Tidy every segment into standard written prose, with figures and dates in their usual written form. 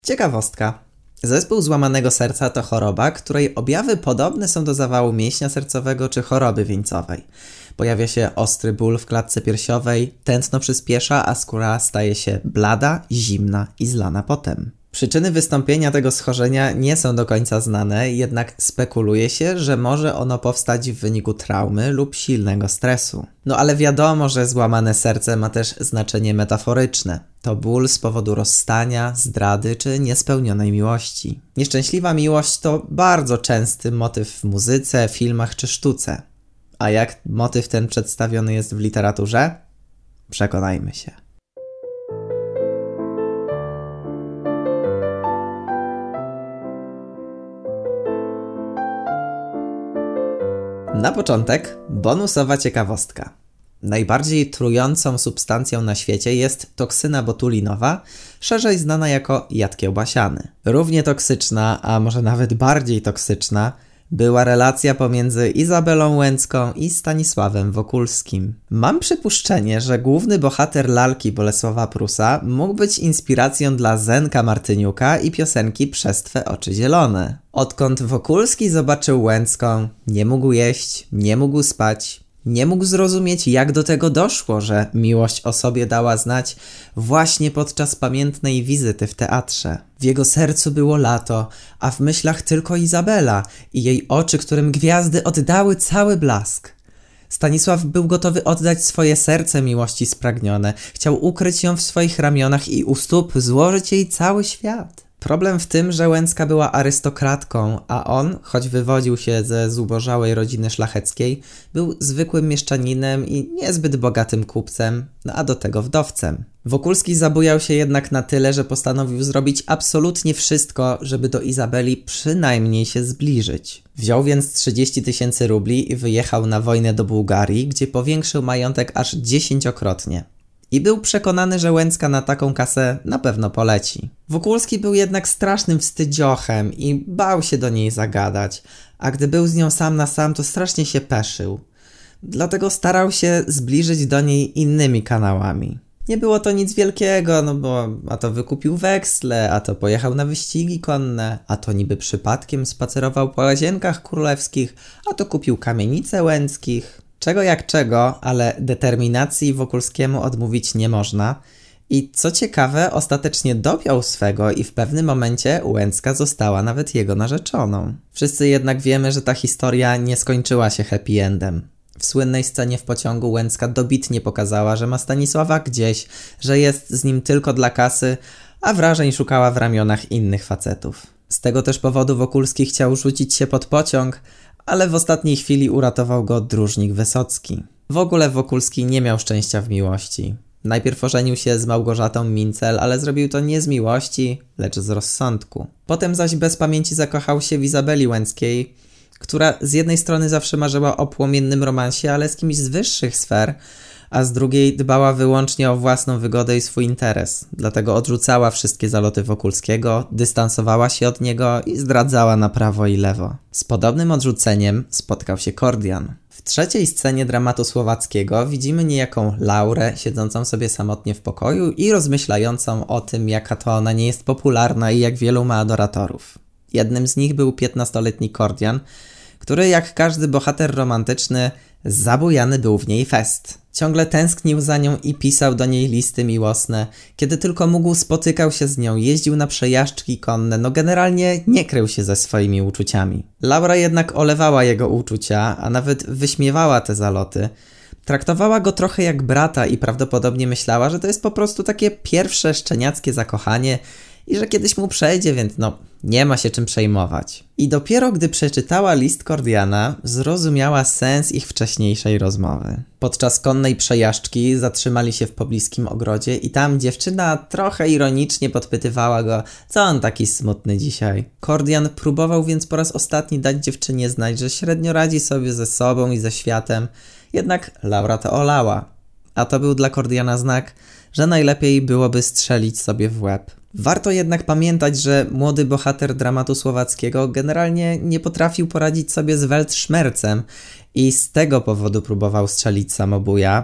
Ciekawostka. Zespół złamanego serca to choroba, której objawy podobne są do zawału mięśnia sercowego czy choroby wieńcowej. Pojawia się ostry ból w klatce piersiowej, tętno przyspiesza, a skóra staje się blada, zimna i zlana potem. Przyczyny wystąpienia tego schorzenia nie są do końca znane, jednak spekuluje się, że może ono powstać w wyniku traumy lub silnego stresu. No ale wiadomo, że złamane serce ma też znaczenie metaforyczne. To ból z powodu rozstania, zdrady czy niespełnionej miłości. Nieszczęśliwa miłość to bardzo częsty motyw w muzyce, filmach czy sztuce. A jak motyw ten przedstawiony jest w literaturze? Przekonajmy się. Na początek bonusowa ciekawostka. Najbardziej trującą substancją na świecie jest toksyna botulinowa, szerzej znana jako jad kiełbasiany. Równie toksyczna, a może nawet bardziej toksyczna, była relacja pomiędzy Izabelą Łęcką i Stanisławem Wokulskim. Mam przypuszczenie, że główny bohater lalki Bolesława Prusa mógł być inspiracją dla Zenka Martyniuka i piosenki Przez Twe oczy zielone. Odkąd Wokulski zobaczył Łęcką, nie mógł jeść, nie mógł spać, nie mógł zrozumieć, jak do tego doszło, że miłość o sobie dała znać właśnie podczas pamiętnej wizyty w teatrze. W jego sercu było lato, a w myślach tylko Izabela i jej oczy, którym gwiazdy oddały cały blask. Stanisław był gotowy oddać swoje serce miłości spragnione, chciał ukryć ją w swoich ramionach i u stóp złożyć jej cały świat. Problem w tym, że Łęcka była arystokratką, a on, choć wywodził się ze zubożałej rodziny szlacheckiej, był zwykłym mieszczaninem i niezbyt bogatym kupcem, a do tego wdowcem. Wokulski zabujał się jednak na tyle, że postanowił zrobić absolutnie wszystko, żeby do Izabeli przynajmniej się zbliżyć. Wziął więc 30 000 rubli i wyjechał na wojnę do Bułgarii, gdzie powiększył majątek aż 10-krotnie. I był przekonany, że Łęcka na taką kasę na pewno poleci. Wokulski był jednak strasznym wstydziochem i bał się do niej zagadać, a gdy był z nią sam na sam, to strasznie się peszył. Dlatego starał się zbliżyć do niej innymi kanałami. Nie było to nic wielkiego, no bo a to wykupił weksle, a to pojechał na wyścigi konne, a to niby przypadkiem spacerował po łazienkach królewskich, a to kupił kamienice Łęckich. Czego jak czego, ale determinacji Wokulskiemu odmówić nie można i co ciekawe, ostatecznie dopiął swego i w pewnym momencie Łęcka została nawet jego narzeczoną. Wszyscy jednak wiemy, że ta historia nie skończyła się happy endem. W słynnej scenie w pociągu Łęcka dobitnie pokazała, że ma Stanisława gdzieś, że jest z nim tylko dla kasy, a wrażeń szukała w ramionach innych facetów. Z tego też powodu Wokulski chciał rzucić się pod pociąg, ale w ostatniej chwili uratował go dróżnik Wysocki. W ogóle Wokulski nie miał szczęścia w miłości. Najpierw ożenił się z Małgorzatą Mincel, ale zrobił to nie z miłości, lecz z rozsądku. Potem zaś bez pamięci zakochał się w Izabeli Łęckiej, która z jednej strony zawsze marzyła o płomiennym romansie, ale z kimś z wyższych sfer, a z drugiej dbała wyłącznie o własną wygodę i swój interes. Dlatego odrzucała wszystkie zaloty Wokulskiego, dystansowała się od niego i zdradzała na prawo i lewo. Z podobnym odrzuceniem spotkał się Kordian. W trzeciej scenie dramatu słowackiego widzimy niejaką Laurę siedzącą sobie samotnie w pokoju i rozmyślającą o tym, jaka to ona nie jest popularna i jak wielu ma adoratorów. Jednym z nich był 15-letni Kordian, który jak każdy bohater romantyczny zabujany był w niej fest. Ciągle tęsknił za nią i pisał do niej listy miłosne. Kiedy tylko mógł, spotykał się z nią, jeździł na przejażdżki konne, no generalnie nie krył się ze swoimi uczuciami. Laura jednak olewała jego uczucia, a nawet wyśmiewała te zaloty. Traktowała go trochę jak brata i prawdopodobnie myślała, że to jest po prostu takie pierwsze szczeniackie zakochanie i że kiedyś mu przejdzie, więc nie ma się czym przejmować. I dopiero gdy przeczytała list Kordiana, zrozumiała sens ich wcześniejszej rozmowy. Podczas konnej przejażdżki zatrzymali się w pobliskim ogrodzie i tam dziewczyna trochę ironicznie podpytywała go, co on taki smutny dzisiaj. Kordian próbował więc po raz ostatni dać dziewczynie znać, że średnio radzi sobie ze sobą i ze światem, jednak Laura to olała. A to był dla Kordiana znak, że najlepiej byłoby strzelić sobie w łeb. Warto jednak pamiętać, że młody bohater dramatu słowackiego generalnie nie potrafił poradzić sobie z Weltschmerzem i z tego powodu próbował strzelić samobuja,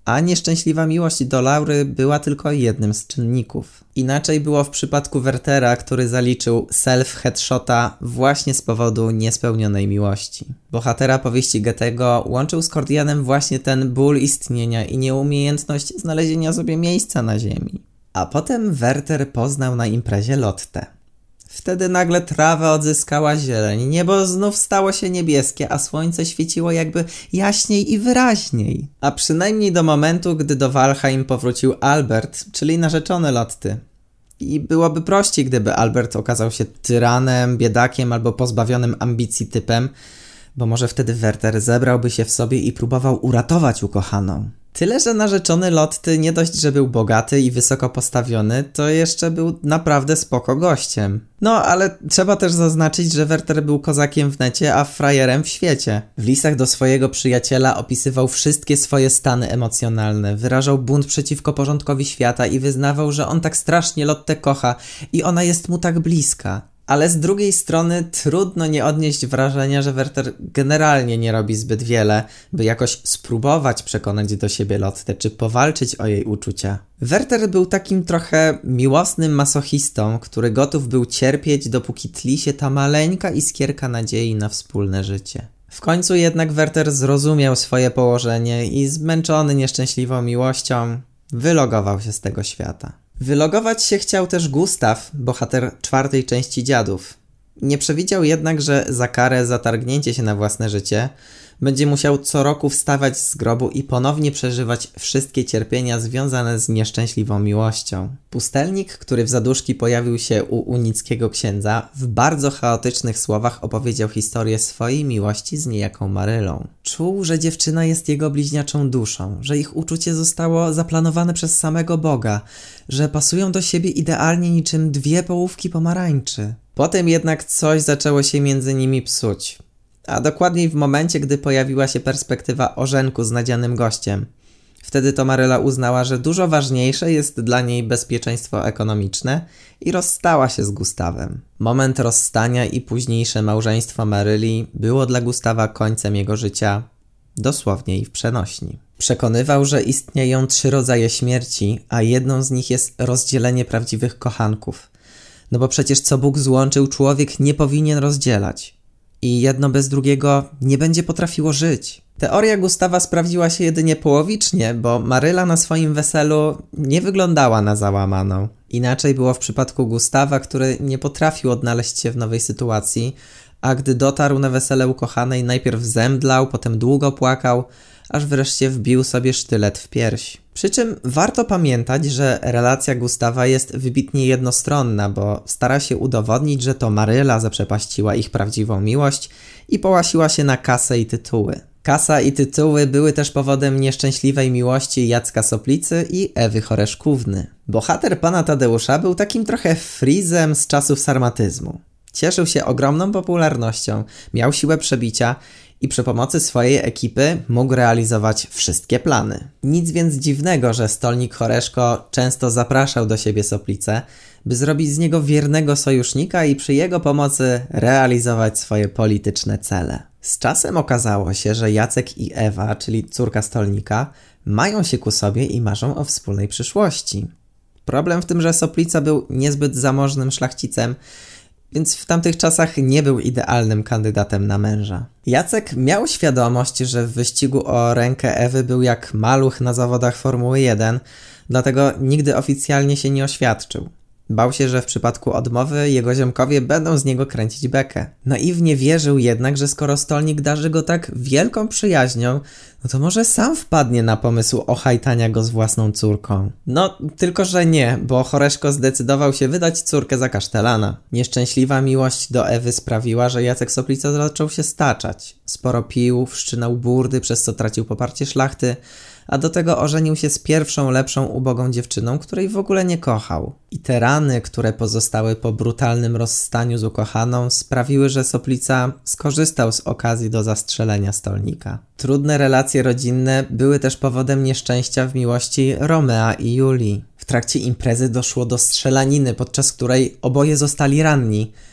a nieszczęśliwa miłość do Laury była tylko jednym z czynników. Inaczej było w przypadku Wertera, który zaliczył self-headshota właśnie z powodu niespełnionej miłości. Bohatera powieści Goethego łączył z Cordianem właśnie ten ból istnienia i nieumiejętność znalezienia sobie miejsca na ziemi. A potem Werter poznał na imprezie Lottę. Wtedy nagle trawa odzyskała zieleń, niebo znów stało się niebieskie, a słońce świeciło jakby jaśniej i wyraźniej. A przynajmniej do momentu, gdy do Valheim powrócił Albert, czyli narzeczony Lotty. I byłoby prościej, gdyby Albert okazał się tyranem, biedakiem albo pozbawionym ambicji typem, bo może wtedy Werter zebrałby się w sobie i próbował uratować ukochaną. Tyle, że narzeczony Lotty nie dość, że był bogaty i wysoko postawiony, to jeszcze był naprawdę spoko gościem. No, ale trzeba też zaznaczyć, że Werter był kozakiem w necie, a frajerem w świecie. W listach do swojego przyjaciela opisywał wszystkie swoje stany emocjonalne, wyrażał bunt przeciwko porządkowi świata i wyznawał, że on tak strasznie Lottę kocha i ona jest mu tak bliska. Ale z drugiej strony trudno nie odnieść wrażenia, że Werter generalnie nie robi zbyt wiele, by jakoś spróbować przekonać do siebie Lottę, czy powalczyć o jej uczucia. Werter był takim trochę miłosnym masochistą, który gotów był cierpieć, dopóki tli się ta maleńka iskierka nadziei na wspólne życie. W końcu jednak Werter zrozumiał swoje położenie i zmęczony nieszczęśliwą miłością wylogował się z tego świata. Wylogować się chciał też Gustaw, bohater 4. części Dziadów. Nie przewidział jednak, że za karę za targnięcie się na własne życie będzie musiał co roku wstawać z grobu i ponownie przeżywać wszystkie cierpienia związane z nieszczęśliwą miłością. Pustelnik, który w zaduszki pojawił się u unickiego księdza, w bardzo chaotycznych słowach opowiedział historię swojej miłości z niejaką Marylą. Czuł, że dziewczyna jest jego bliźniaczą duszą, że ich uczucie zostało zaplanowane przez samego Boga, że pasują do siebie idealnie niczym dwie połówki pomarańczy. Potem jednak coś zaczęło się między nimi psuć. A dokładniej w momencie, gdy pojawiła się perspektywa ożenku z nadzianym gościem. Wtedy to Maryla uznała, że dużo ważniejsze jest dla niej bezpieczeństwo ekonomiczne i rozstała się z Gustawem. Moment rozstania i późniejsze małżeństwo Maryli było dla Gustawa końcem jego życia, dosłownie i w przenośni. Przekonywał, że istnieją 3 rodzaje śmierci, a jedną z nich jest rozdzielenie prawdziwych kochanków. No bo przecież co Bóg złączył, człowiek nie powinien rozdzielać. I jedno bez drugiego nie będzie potrafiło żyć. Teoria Gustawa sprawdziła się jedynie połowicznie, bo Maryla na swoim weselu nie wyglądała na załamaną. Inaczej było w przypadku Gustawa, który nie potrafił odnaleźć się w nowej sytuacji, a gdy dotarł na wesele ukochanej, najpierw zemdlał, potem długo płakał, aż wreszcie wbił sobie sztylet w pierś. Przy czym warto pamiętać, że relacja Gustawa jest wybitnie jednostronna, bo stara się udowodnić, że to Maryla zaprzepaściła ich prawdziwą miłość i połasiła się na kasę i tytuły. Kasa i tytuły były też powodem nieszczęśliwej miłości Jacka Soplicy i Ewy Choreszkówny. Bohater pana Tadeusza był takim trochę frizem z czasów sarmatyzmu. Cieszył się ogromną popularnością, miał siłę przebicia i przy pomocy swojej ekipy mógł realizować wszystkie plany. Nic więc dziwnego, że stolnik Choreszko często zapraszał do siebie Soplicę, by zrobić z niego wiernego sojusznika i przy jego pomocy realizować swoje polityczne cele. Z czasem okazało się, że Jacek i Ewa, czyli córka stolnika, mają się ku sobie i marzą o wspólnej przyszłości. Problem w tym, że Soplica był niezbyt zamożnym szlachcicem, więc w tamtych czasach nie był idealnym kandydatem na męża. Jacek miał świadomość, że w wyścigu o rękę Ewy był jak maluch na zawodach Formuły 1, dlatego nigdy oficjalnie się nie oświadczył. Bał się, że w przypadku odmowy jego ziomkowie będą z niego kręcić bekę. Naiwnie wierzył jednak, że skoro stolnik darzy go tak wielką przyjaźnią, no to może sam wpadnie na pomysł ohajtania go z własną córką. No, tylko że nie, bo Choreszko zdecydował się wydać córkę za kasztelana. Nieszczęśliwa miłość do Ewy sprawiła, że Jacek Soplica zaczął się staczać. Sporo pił, wszczynał burdy, przez co tracił poparcie szlachty, a do tego ożenił się z pierwszą, lepszą, ubogą dziewczyną, której w ogóle nie kochał. I te rany, które pozostały po brutalnym rozstaniu z ukochaną, sprawiły, że Soplica skorzystał z okazji do zastrzelenia stolnika. Trudne relacje rodzinne były też powodem nieszczęścia w miłości Romea i Julii. W trakcie imprezy doszło do strzelaniny, podczas której oboje zostali ranni.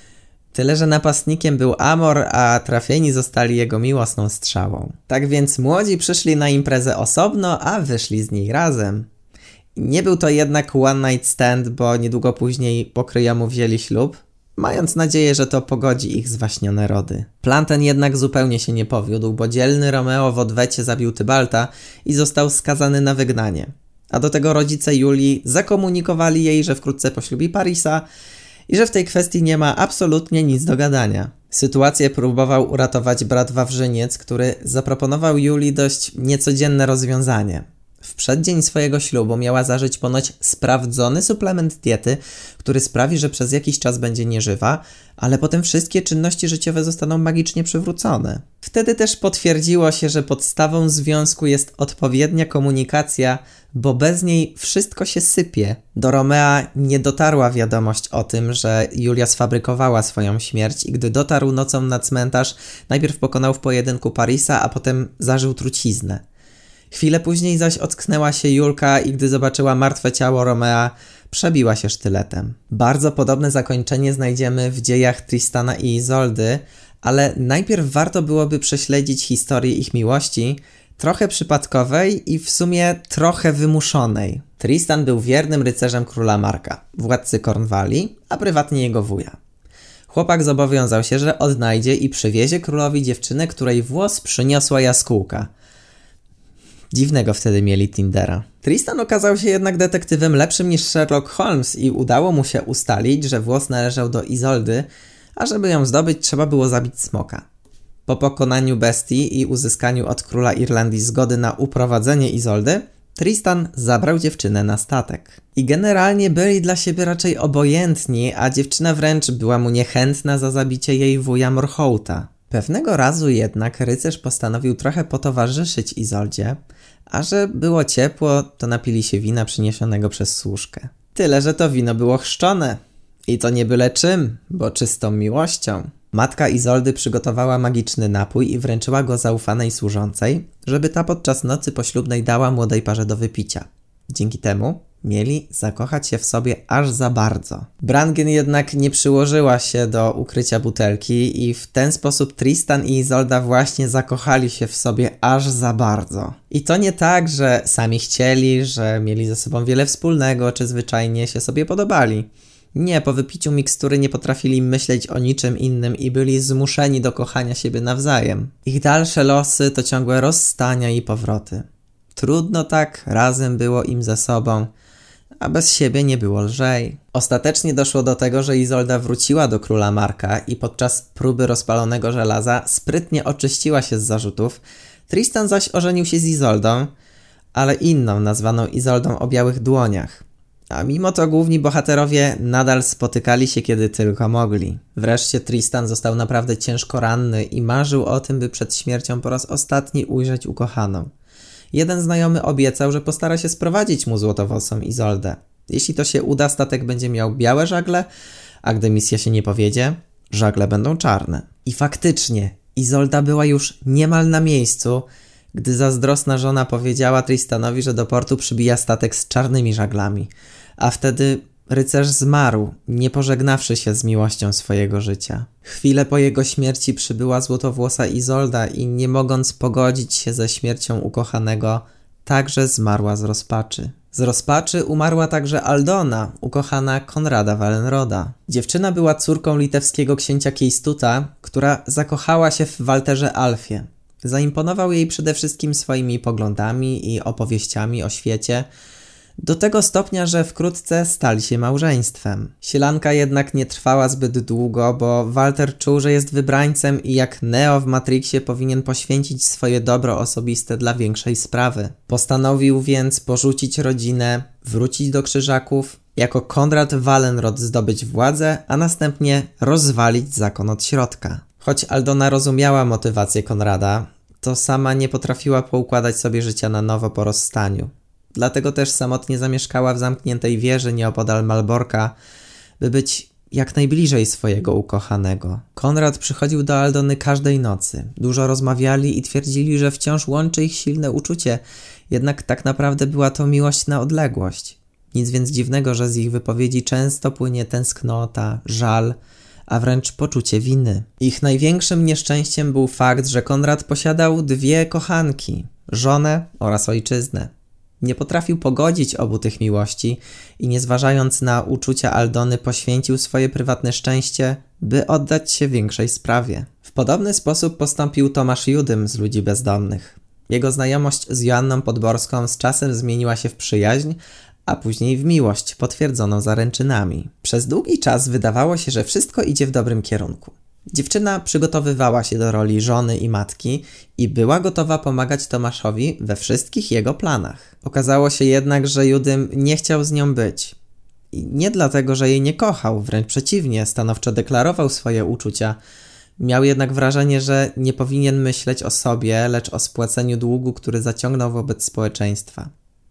Tyle, że napastnikiem był Amor, a trafieni zostali jego miłosną strzałą. Tak więc młodzi przyszli na imprezę osobno, a wyszli z niej razem. Nie był to jednak one night stand, bo niedługo później pokryjomu wzięli ślub, mając nadzieję, że to pogodzi ich zwaśnione rody. Plan ten jednak zupełnie się nie powiódł, bo dzielny Romeo w odwecie zabił Tybalta i został skazany na wygnanie. A do tego rodzice Julii zakomunikowali jej, że wkrótce poślubi Parisa i że w tej kwestii nie ma absolutnie nic do gadania. Sytuację próbował uratować brat Wawrzyniec, który zaproponował Julii dość niecodzienne rozwiązanie. W przeddzień swojego ślubu miała zażyć ponoć sprawdzony suplement diety, który sprawi, że przez jakiś czas będzie nieżywa, ale potem wszystkie czynności życiowe zostaną magicznie przywrócone. Wtedy też potwierdziło się, że podstawą związku jest odpowiednia komunikacja, bo bez niej wszystko się sypie. Do Romea nie dotarła wiadomość o tym, że Julia sfabrykowała swoją śmierć i gdy dotarł nocą na cmentarz, najpierw pokonał w pojedynku Parisa, a potem zażył truciznę. Chwilę później zaś ocknęła się Julka i gdy zobaczyła martwe ciało Romea, przebiła się sztyletem. Bardzo podobne zakończenie znajdziemy w dziejach Tristana i Izoldy, ale najpierw warto byłoby prześledzić historię ich miłości, trochę przypadkowej i w sumie trochę wymuszonej. Tristan był wiernym rycerzem króla Marka, władcy Cornwalli, a prywatnie jego wuja. Chłopak zobowiązał się, że odnajdzie i przywiezie królowi dziewczynę, której włos przyniosła jaskółka. Dziwnego wtedy mieli Tindera. Tristan okazał się jednak detektywem lepszym niż Sherlock Holmes i udało mu się ustalić, że włos należał do Izoldy, a żeby ją zdobyć, trzeba było zabić smoka. Po pokonaniu bestii i uzyskaniu od króla Irlandii zgody na uprowadzenie Izoldy, Tristan zabrał dziewczynę na statek. I generalnie byli dla siebie raczej obojętni, a dziewczyna wręcz była mu niechętna za zabicie jej wuja Morhołta. Pewnego razu jednak rycerz postanowił trochę potowarzyszyć Izoldzie, a że było ciepło, to napili się wina przyniesionego przez służkę. Tyle, że to wino było chrzczone. I to nie byle czym, bo czystą miłością. Matka Izoldy przygotowała magiczny napój i wręczyła go zaufanej służącej, żeby ta podczas nocy poślubnej dała młodej parze do wypicia. Dzięki temu mieli zakochać się w sobie aż za bardzo. Brangien jednak nie przyłożyła się do ukrycia butelki i w ten sposób Tristan i Izolda właśnie zakochali się w sobie aż za bardzo. I to nie tak, że sami chcieli, że mieli ze sobą wiele wspólnego, czy zwyczajnie się sobie podobali. Nie, po wypiciu mikstury nie potrafili myśleć o niczym innym i byli zmuszeni do kochania siebie nawzajem. Ich dalsze losy to ciągłe rozstania i powroty. Trudno tak razem było im ze sobą, a bez siebie nie było lżej. Ostatecznie doszło do tego, że Izolda wróciła do króla Marka i podczas próby rozpalonego żelaza sprytnie oczyściła się z zarzutów. Tristan zaś ożenił się z Izoldą, ale inną, nazwaną Izoldą o białych dłoniach. A mimo to główni bohaterowie nadal spotykali się kiedy tylko mogli. Wreszcie Tristan został naprawdę ciężko ranny i marzył o tym, by przed śmiercią po raz ostatni ujrzeć ukochaną. Jeden znajomy obiecał, że postara się sprowadzić mu złotowłosą Izoldę. Jeśli to się uda, statek będzie miał białe żagle, a gdy misja się nie powiedzie, żagle będą czarne. I faktycznie, Izolda była już niemal na miejscu, gdy zazdrosna żona powiedziała Tristanowi, że do portu przybija statek z czarnymi żaglami. A wtedy rycerz zmarł, nie pożegnawszy się z miłością swojego życia. Chwilę po jego śmierci przybyła złotowłosa Izolda i nie mogąc pogodzić się ze śmiercią ukochanego, także zmarła z rozpaczy. Z rozpaczy umarła także Aldona, ukochana Konrada Wallenroda. Dziewczyna była córką litewskiego księcia Keistuta, która zakochała się w Walterze Alfie. Zaimponował jej przede wszystkim swoimi poglądami i opowieściami o świecie, do tego stopnia, że wkrótce stali się małżeństwem. Sielanka jednak nie trwała zbyt długo, bo Walter czuł, że jest wybrańcem i jak Neo w Matrixie powinien poświęcić swoje dobro osobiste dla większej sprawy. Postanowił więc porzucić rodzinę, wrócić do Krzyżaków, jako Konrad Wallenrod zdobyć władzę, a następnie rozwalić zakon od środka. Choć Aldona rozumiała motywację Konrada, to sama nie potrafiła poukładać sobie życia na nowo po rozstaniu. Dlatego też samotnie zamieszkała w zamkniętej wieży nieopodal Malborka, by być jak najbliżej swojego ukochanego. Konrad przychodził do Aldony każdej nocy. Dużo rozmawiali i twierdzili, że wciąż łączy ich silne uczucie, jednak tak naprawdę była to miłość na odległość. Nic więc dziwnego, że z ich wypowiedzi często płynie tęsknota, żal, a wręcz poczucie winy. Ich największym nieszczęściem był fakt, że Konrad posiadał 2 kochanki, żonę oraz ojczyznę. Nie potrafił pogodzić obu tych miłości i nie zważając na uczucia Aldony poświęcił swoje prywatne szczęście, by oddać się większej sprawie. W podobny sposób postąpił Tomasz Judym z Ludzi Bezdomnych. Jego znajomość z Joanną Podborską z czasem zmieniła się w przyjaźń, a później w miłość potwierdzoną zaręczynami. Przez długi czas wydawało się, że wszystko idzie w dobrym kierunku. Dziewczyna przygotowywała się do roli żony i matki i była gotowa pomagać Tomaszowi we wszystkich jego planach. Okazało się jednak, że Judym nie chciał z nią być. I nie dlatego, że jej nie kochał, wręcz przeciwnie, stanowczo deklarował swoje uczucia. Miał jednak wrażenie, że nie powinien myśleć o sobie, lecz o spłaceniu długu, który zaciągnął wobec społeczeństwa.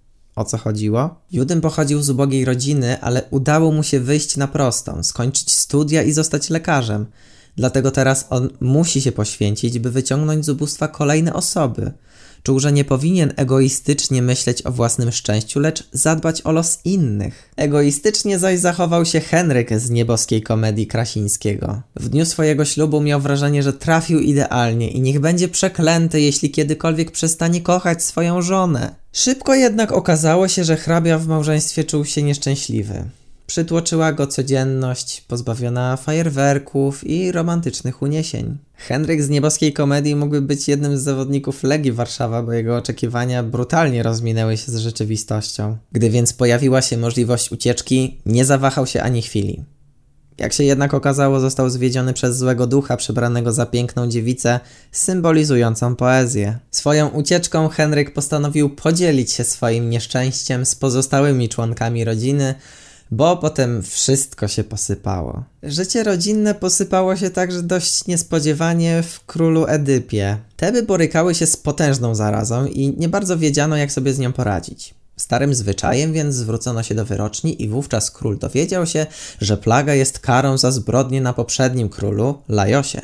O co chodziło? Judym pochodził z ubogiej rodziny, ale udało mu się wyjść na prostą, skończyć studia i zostać lekarzem. Dlatego teraz on musi się poświęcić, by wyciągnąć z ubóstwa kolejne osoby. Czuł, że nie powinien egoistycznie myśleć o własnym szczęściu, lecz zadbać o los innych. Egoistycznie zaś zachował się Henryk z Nieboskiej Komedii Krasińskiego. W dniu swojego ślubu miał wrażenie, że trafił idealnie i niech będzie przeklęty, jeśli kiedykolwiek przestanie kochać swoją żonę. Szybko jednak okazało się, że hrabia w małżeństwie czuł się nieszczęśliwy. Przytłoczyła go codzienność, pozbawiona fajerwerków i romantycznych uniesień. Henryk z Nieboskiej Komedii mógłby być jednym z zawodników Legii Warszawa, bo jego oczekiwania brutalnie rozminęły się z rzeczywistością. Gdy więc pojawiła się możliwość ucieczki, nie zawahał się ani chwili. Jak się jednak okazało, został zwiedziony przez złego ducha przebranego za piękną dziewicę, symbolizującą poezję. Swoją ucieczką Henryk postanowił podzielić się swoim nieszczęściem z pozostałymi członkami rodziny, bo potem wszystko się posypało. Życie rodzinne posypało się także dość niespodziewanie w królu Edypie. Teby borykały się z potężną zarazą i nie bardzo wiedziano, jak sobie z nią poradzić. Starym zwyczajem więc zwrócono się do wyroczni i wówczas król dowiedział się, że plaga jest karą za zbrodnię na poprzednim królu, Lajosie.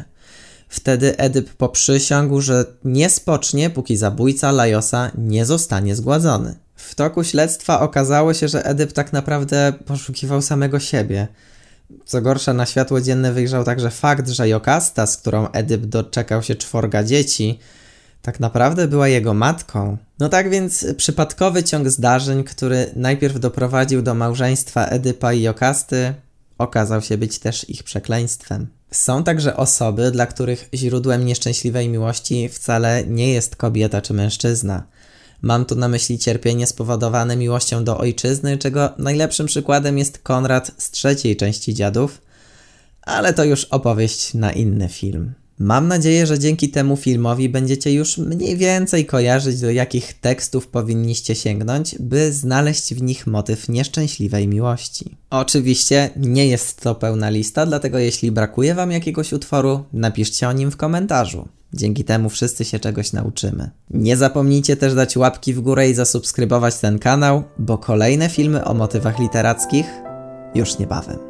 Wtedy Edyp poprzysiągł, że nie spocznie, póki zabójca Lajosa nie zostanie zgładzony. W toku śledztwa okazało się, że Edyp tak naprawdę poszukiwał samego siebie. Co gorsza, na światło dzienne wyjrzał także fakt, że Jokasta, z którą Edyp doczekał się 4 dzieci, tak naprawdę była jego matką. No tak więc przypadkowy ciąg zdarzeń, który najpierw doprowadził do małżeństwa Edypa i Jokasty, okazał się być też ich przekleństwem. Są także osoby, dla których źródłem nieszczęśliwej miłości wcale nie jest kobieta czy mężczyzna. Mam tu na myśli cierpienie spowodowane miłością do ojczyzny, czego najlepszym przykładem jest Konrad z 3. części Dziadów, ale to już opowieść na inny film. Mam nadzieję, że dzięki temu filmowi będziecie już mniej więcej kojarzyć, do jakich tekstów powinniście sięgnąć, by znaleźć w nich motyw nieszczęśliwej miłości. Oczywiście nie jest to pełna lista, dlatego jeśli brakuje wam jakiegoś utworu, napiszcie o nim w komentarzu. Dzięki temu wszyscy się czegoś nauczymy. Nie zapomnijcie też dać łapki w górę i zasubskrybować ten kanał, bo kolejne filmy o motywach literackich już niebawem.